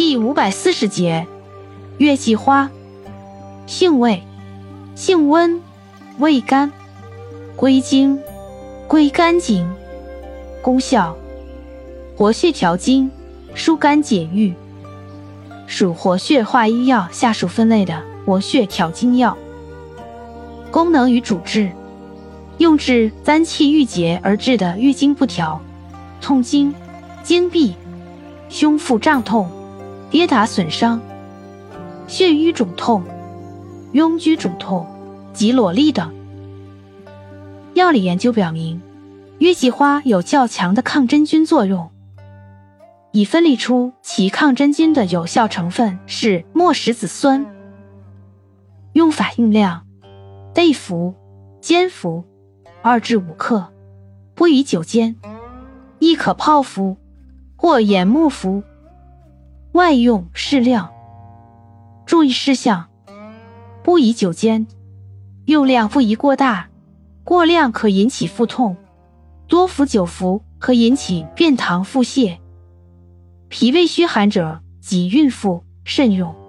第540节，月季花。性味，性温，味甘，归经，归肝经。功效，活血调经，疏肝解郁。属活血化瘀药下属分类的活血调经药。功能与主治，用治簪气郁结而致的月经不调、痛经、经闭、胸腹胀痛、跌打损伤、血瘀肿痛、痈疽肿痛及裸痢等。药理研究表明，月季花有较强的抗真菌作用，已分离出其抗真菌的有效成分是墨石子酸。用法用量：内服、煎服2至5克，不宜久煎，亦可泡服或研末服。外用适量。注意事项：不宜久煎，用量不宜过大，过量可引起腹痛，多服久服可引起便溏腹泻。脾胃虚寒者及孕妇慎用。